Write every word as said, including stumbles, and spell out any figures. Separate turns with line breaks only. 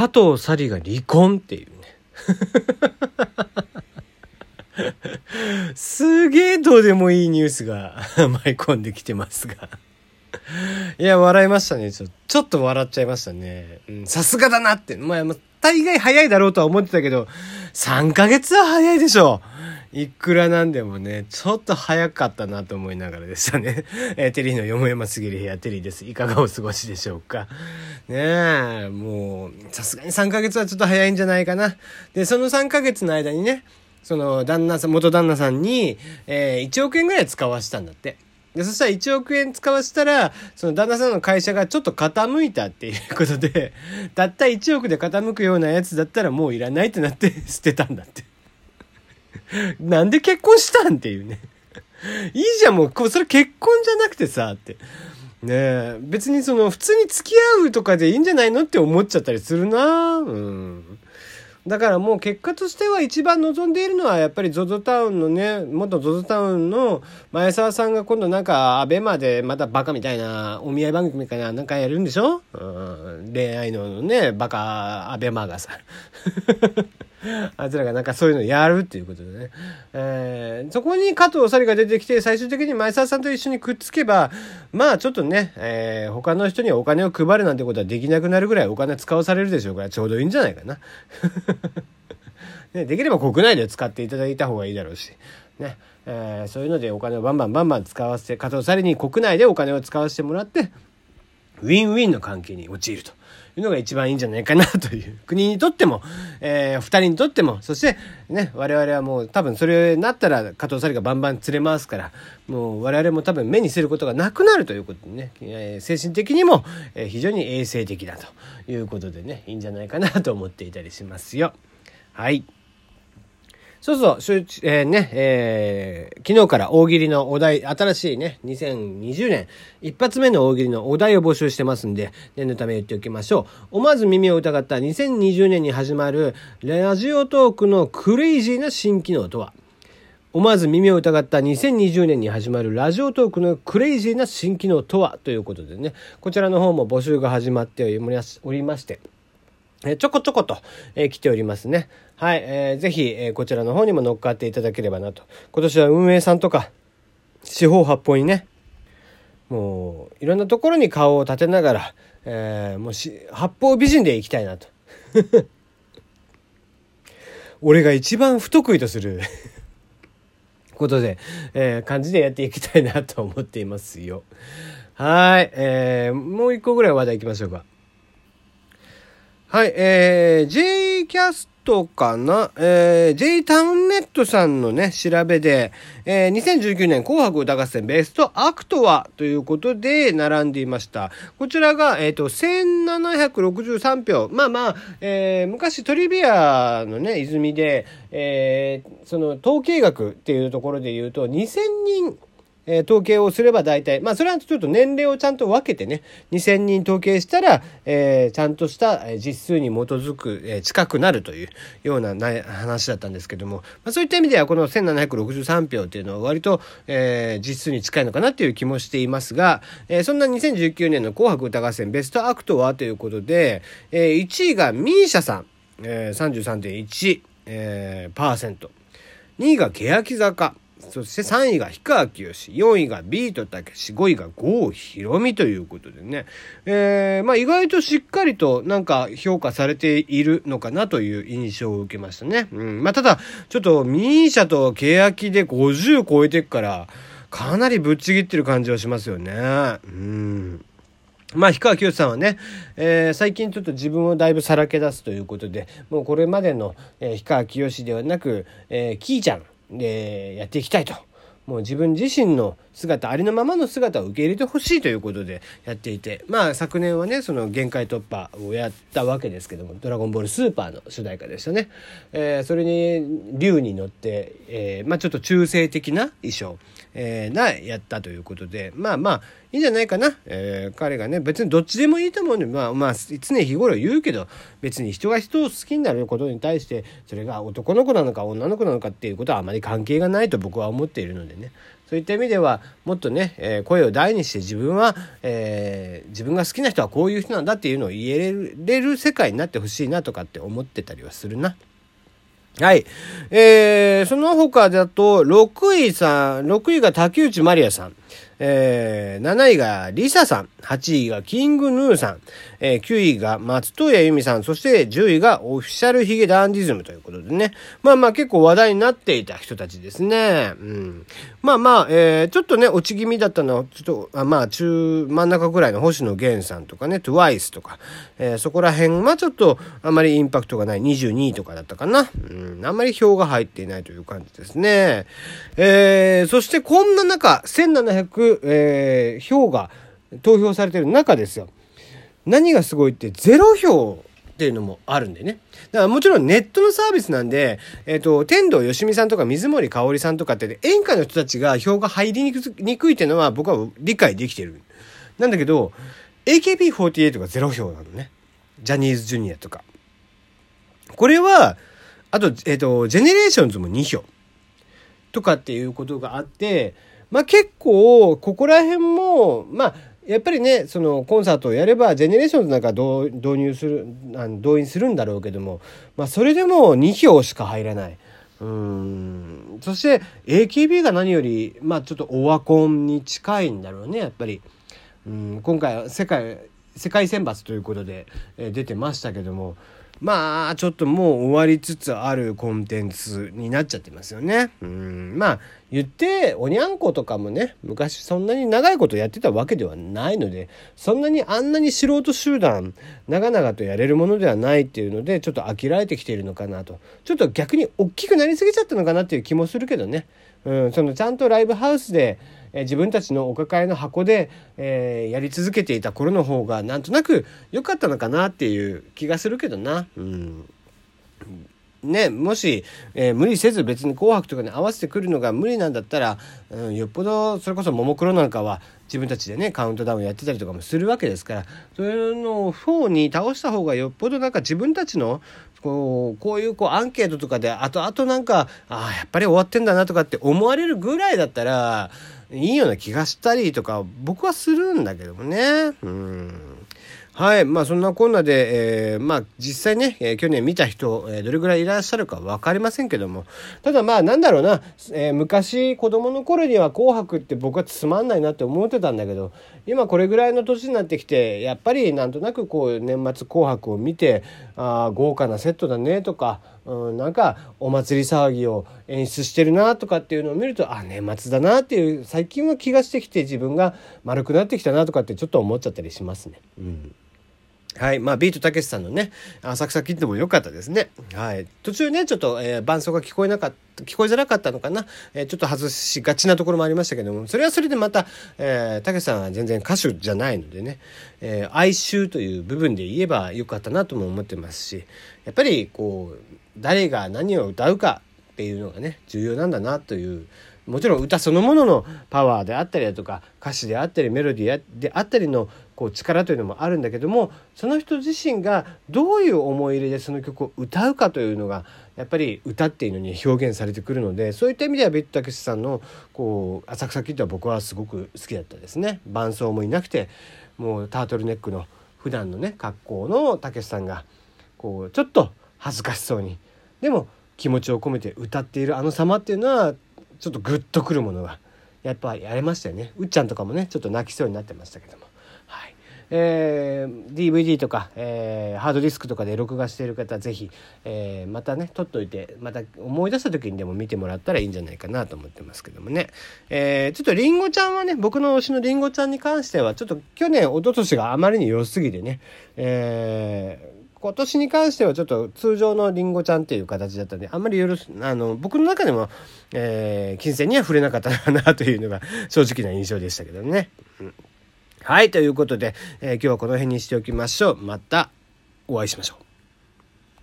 加藤紗里が離婚っていうねすげえどうでもいいニュースが舞い込んできてますがいや笑いましたね。ちょちょっと笑っちゃいましたね。さすがだなって、まあ大概早いだろうとは思ってたけどさんかげつは早いでしょう。いくらなんでもねちょっと早かったなと思いながらでしたね。えー、テリーのよもやますぎる部屋、テリーです。いかがお過ごしでしょうかね。えもうさすがにさんかげつはちょっと早いんじゃないかな。でそのさんかげつの間にねその旦那さん元旦那さんに、えー、いちおくえんぐらい使わしたんだって。でそしたらいちおくえん使わしたらその旦那さんの会社がちょっと傾いたっていうことでたったいちおくで傾くようなやつだったらもういらないってなって捨てたんだってなんで結婚したんっていうねいいじゃんもうそれ結婚じゃなくてさってねえ別にその普通に付き合うとかでいいんじゃないのって思っちゃったりするな。うんだからもう結果としては一番望んでいるのはやっぱり ゾゾ タウンのね元 ゾゾ タウンの前澤さんが今度なんかアベマでまたバカみたいなお見合い番組みたいななんかやるんでしょ、うん、恋愛のねバカアベマがさあいつらがなんかそういうのやるっていうことでね、えー、そこに加藤紗里が出てきて最終的に前澤さんと一緒にくっつけばまあちょっとね、えー、他の人にお金を配るなんてことはできなくなるぐらいお金使わされるでしょうからちょうどいいんじゃないかなね、できれば国内で使っていただいた方がいいだろうし、ねえー、そういうのでお金をバンバンバンバン使わせて加藤紗里に国内でお金を使わせてもらってウィンウィンの関係に陥るというのが一番いいんじゃないかなという国にとっても、えー、ふたりにとってもそしてね我々はもう多分それになったら加藤紗里がバンバン連れ回すからもう我々も多分目にすることがなくなるということでね、えー、精神的にも非常に衛生的だということでねいいんじゃないかなと思っていたりしますよ。はいそうそう、えー、ね、えー、昨日から大喜利のお題、新しいね、にせんにじゅうねん一発目の大喜利のお題を募集してますんで、念のため言っておきましょう。思わず耳を疑ったにせんにじゅうねんに始まるラジオトークのクレイジーな新機能とは？思わず耳を疑ったにせんにじゅうねんに始まるラジオトークのクレイジーな新機能とはということでね、こちらの方も募集が始まっておりまして、えちょこちょこと、えー、来ておりますね。はい、えー、ぜひ、えー、こちらの方にも乗っかっていただければなと。今年は運営さんとか四方八方にねもういろんなところに顔を立てながら、えー、もうし八方美人でいきたいなと俺が一番不得意とすることで、えー、感じでやっていきたいなと思っていますよ。はい、えー、もう一個ぐらい話題いきましょうか。はい、えー、J キャストかな、えー、J タウンネットさんのね、調べで、えー、にせんじゅうきゅうねん紅白歌合戦ベストアクトはということで並んでいました。こちらが、えっと、せんななひゃくろくじゅうさんぴょう。まあまあ、えー、昔トリビアのね、泉で、えー、その統計学っていうところで言うと、にせんにん、えー、統計をすれば大体まあそれはちょっと年齢をちゃんと分けてねにせんにん統計したら、えー、ちゃんとした実数に基づく、えー、近くなるというような話だったんですけども、まあ、そういった意味ではこのせんななひゃくろくじゅうさんぴょうっていうのは割と、えー、実数に近いのかなっていう気もしていますが、えー、そんなにせんじゅうきゅうねんの紅白歌合戦ベストアクトはということで、えー、いちいがミーシャさん、えー、さんじゅうさんてんいち、えー、パーセント、にいが欅坂、そしてさんいが氷川きよし、よんいがビートたけし、ごいが郷ひろみということでね、えー、まあ意外としっかりとなんか評価されているのかなという印象を受けましたね。うん、まあただちょっとミーシャと欅でごじゅう超えてっからかなりぶっちぎってる感じはしますよね。うん。まあ氷川きよしさんはね、えー、最近ちょっと自分をだいぶさらけ出すということで、もうこれまでの、えー、氷川きよしではなく、えー、キーちゃんでやっていきたいと、もう自分自身の姿ありのままの姿を受け入れてほしいということでやっていて、まあ昨年はねその限界突破をやったわけですけども、ドラゴンボールスーパーの主題歌でしたね。えー、それに竜に乗って、えー、まあちょっと中性的な衣装、えー、なやったということで、まあまあいいんじゃないかな。えー、彼がね別にどっちでもいいと思うんで、まあまあ常日頃言うけど、別に人が人を好きになることに対してそれが男の子なのか女の子なのかっていうことはあまり関係がないと僕は思っているのでね、 そういった意味ではもっとね、えー、声を大にして自分は、えー、自分が好きな人はこういう人なんだっていうのを言えれる世界になってほしいなとかって思ってたりはするな。はい。えー、その他だと、ろくいさん、ろくいが竹内まりやさん。えー、なないがリサさん。はちいがキングヌーさん。えー、きゅういが松任谷由実さん。そしてじゅういがオフィシャルヒゲダンディズムということでね。まあまあ結構話題になっていた人たちですね。うん。まあまあ、えー、ちょっとね、落ち気味だったのは、ちょっと、あまあ中、真ん中ぐらいの星野源さんとかね、トゥワイスとか、えー、そこら辺はちょっとあまりインパクトがないにじゅうにいとかだったかな。うん、あんまり票が入っていないという感じですね。えー、そしてこんな中、せんななひゃく、えー、票が投票されている中ですよ。何がすごいってゼロ票っていうのもあるんでね。だからもちろんネットのサービスなんで、えっと、天童よしみさんとか水森かおりさんとかって、演歌の人たちが票が入りにくいっていうのは僕は理解できてる。なんだけど、エーケービーフォーティーエイト がゼロ票なのね。ジャニーズジュニアとか。これは、あと、えっと、ジェネレーションズもに票とかっていうことがあって、まあ結構、ここら辺も、まあ、やっぱりね、そのコンサートをやれば、ジェネレーションズなんか導入する、あの動員するんだろうけども、まあそれでもに票しか入らない。うーん。そして、エーケービー が何より、まあちょっとオワコンに近いんだろうね、やっぱり。うん、今回は世界、世界選抜ということで、えー、出てましたけども、まあちょっともう終わりつつあるコンテンツになっちゃってますよね。うん、まあ言っておにゃんことかもね、昔そんなに長いことやってたわけではないので、そんなにあんなに素人集団長々とやれるものではないっていうので、ちょっと飽きられてきているのかなと、ちょっと逆に大きくなりすぎちゃったのかなっていう気もするけどね。うん、そのちゃんとライブハウスでえ自分たちのお抱えの箱で、えー、やり続けていた頃の方がなんとなく良かったのかなっていう気がするけどな。うんね、もし、えー、無理せず別に紅白とかに合わせてくるのが無理なんだったら、うん、よっぽどそれこそももクロなんかは自分たちでねカウントダウンやってたりとかもするわけですから、そういうのをフォーに倒した方がよっぽどなんか自分たちのこう、こういうこうアンケートとかで後々なんかああやっぱり終わってんだなとかって思われるぐらいだったらいいような気がしたりとか僕はするんだけどもね。うんはい。まあそんなこんなで、えー、まあ実際ね、えー、去年見た人、えー、どれぐらいいらっしゃるかわかりませんけども、ただまあなんだろうな、えー、昔子供の頃には紅白って僕はつまんないなって思ってたんだけど、今これぐらいの年になってきて、やっぱりなんとなくこう年末紅白を見て、ああ豪華なセットだねとか、うん、なんかお祭り騒ぎを演出してるなとかっていうのを見ると、あ年末だなっていう最近は気がしてきて、自分が丸くなってきたなとかってちょっと思っちゃったりしますね。うんはい。まあ、ビートたけしさんのね、浅草キッドも良かったですね。はい。途中ね、ちょっと、えー、伴奏が聞こえなかった、聞こえづらかったのかな。えー、ちょっと外しがちなところもありましたけども、それはそれでまた、えー、たけしさんは全然歌手じゃないのでね、えー、哀愁という部分で言えば良かったなとも思ってますし、やっぱり、こう、誰が何を歌うかっていうのがね、重要なんだなという、もちろん歌そのもののパワーであったりだとか歌詞であったりメロディーであったりのこう力というのもあるんだけども、その人自身がどういう思い入れでその曲を歌うかというのがやっぱり歌っていうのに表現されてくるので、そういった意味ではビートたけしさんのこう浅草キッドは僕はすごく好きだったですね。伴奏もいなくてもうタートルネックの普段のね格好のたけしさんがこうちょっと恥ずかしそうにでも気持ちを込めて歌っているあの様っていうのはちょっとグッとくるものがやっぱやれましたよね。うっちゃんとかもねちょっと泣きそうになってましたけども、はい、えー、ディーブイディー とか、えー、ハードディスクとかで録画している方ぜひ、えー、またね撮っといてまた思い出した時にでも見てもらったらいいんじゃないかなと思ってますけどもね、えー、ちょっとりんごちゃんはね僕の推しのりんごちゃんに関してはちょっと去年一昨年があまりに良すぎてね、えー今年に関してはちょっと通常のリンゴちゃんっていう形だったんであんまりよろしあの僕の中でも、えー、金銭には触れなかったなというのが正直な印象でしたけどね、うん、はいということで、えー、今日はこの辺にしておきましょう。またお会いしましょう。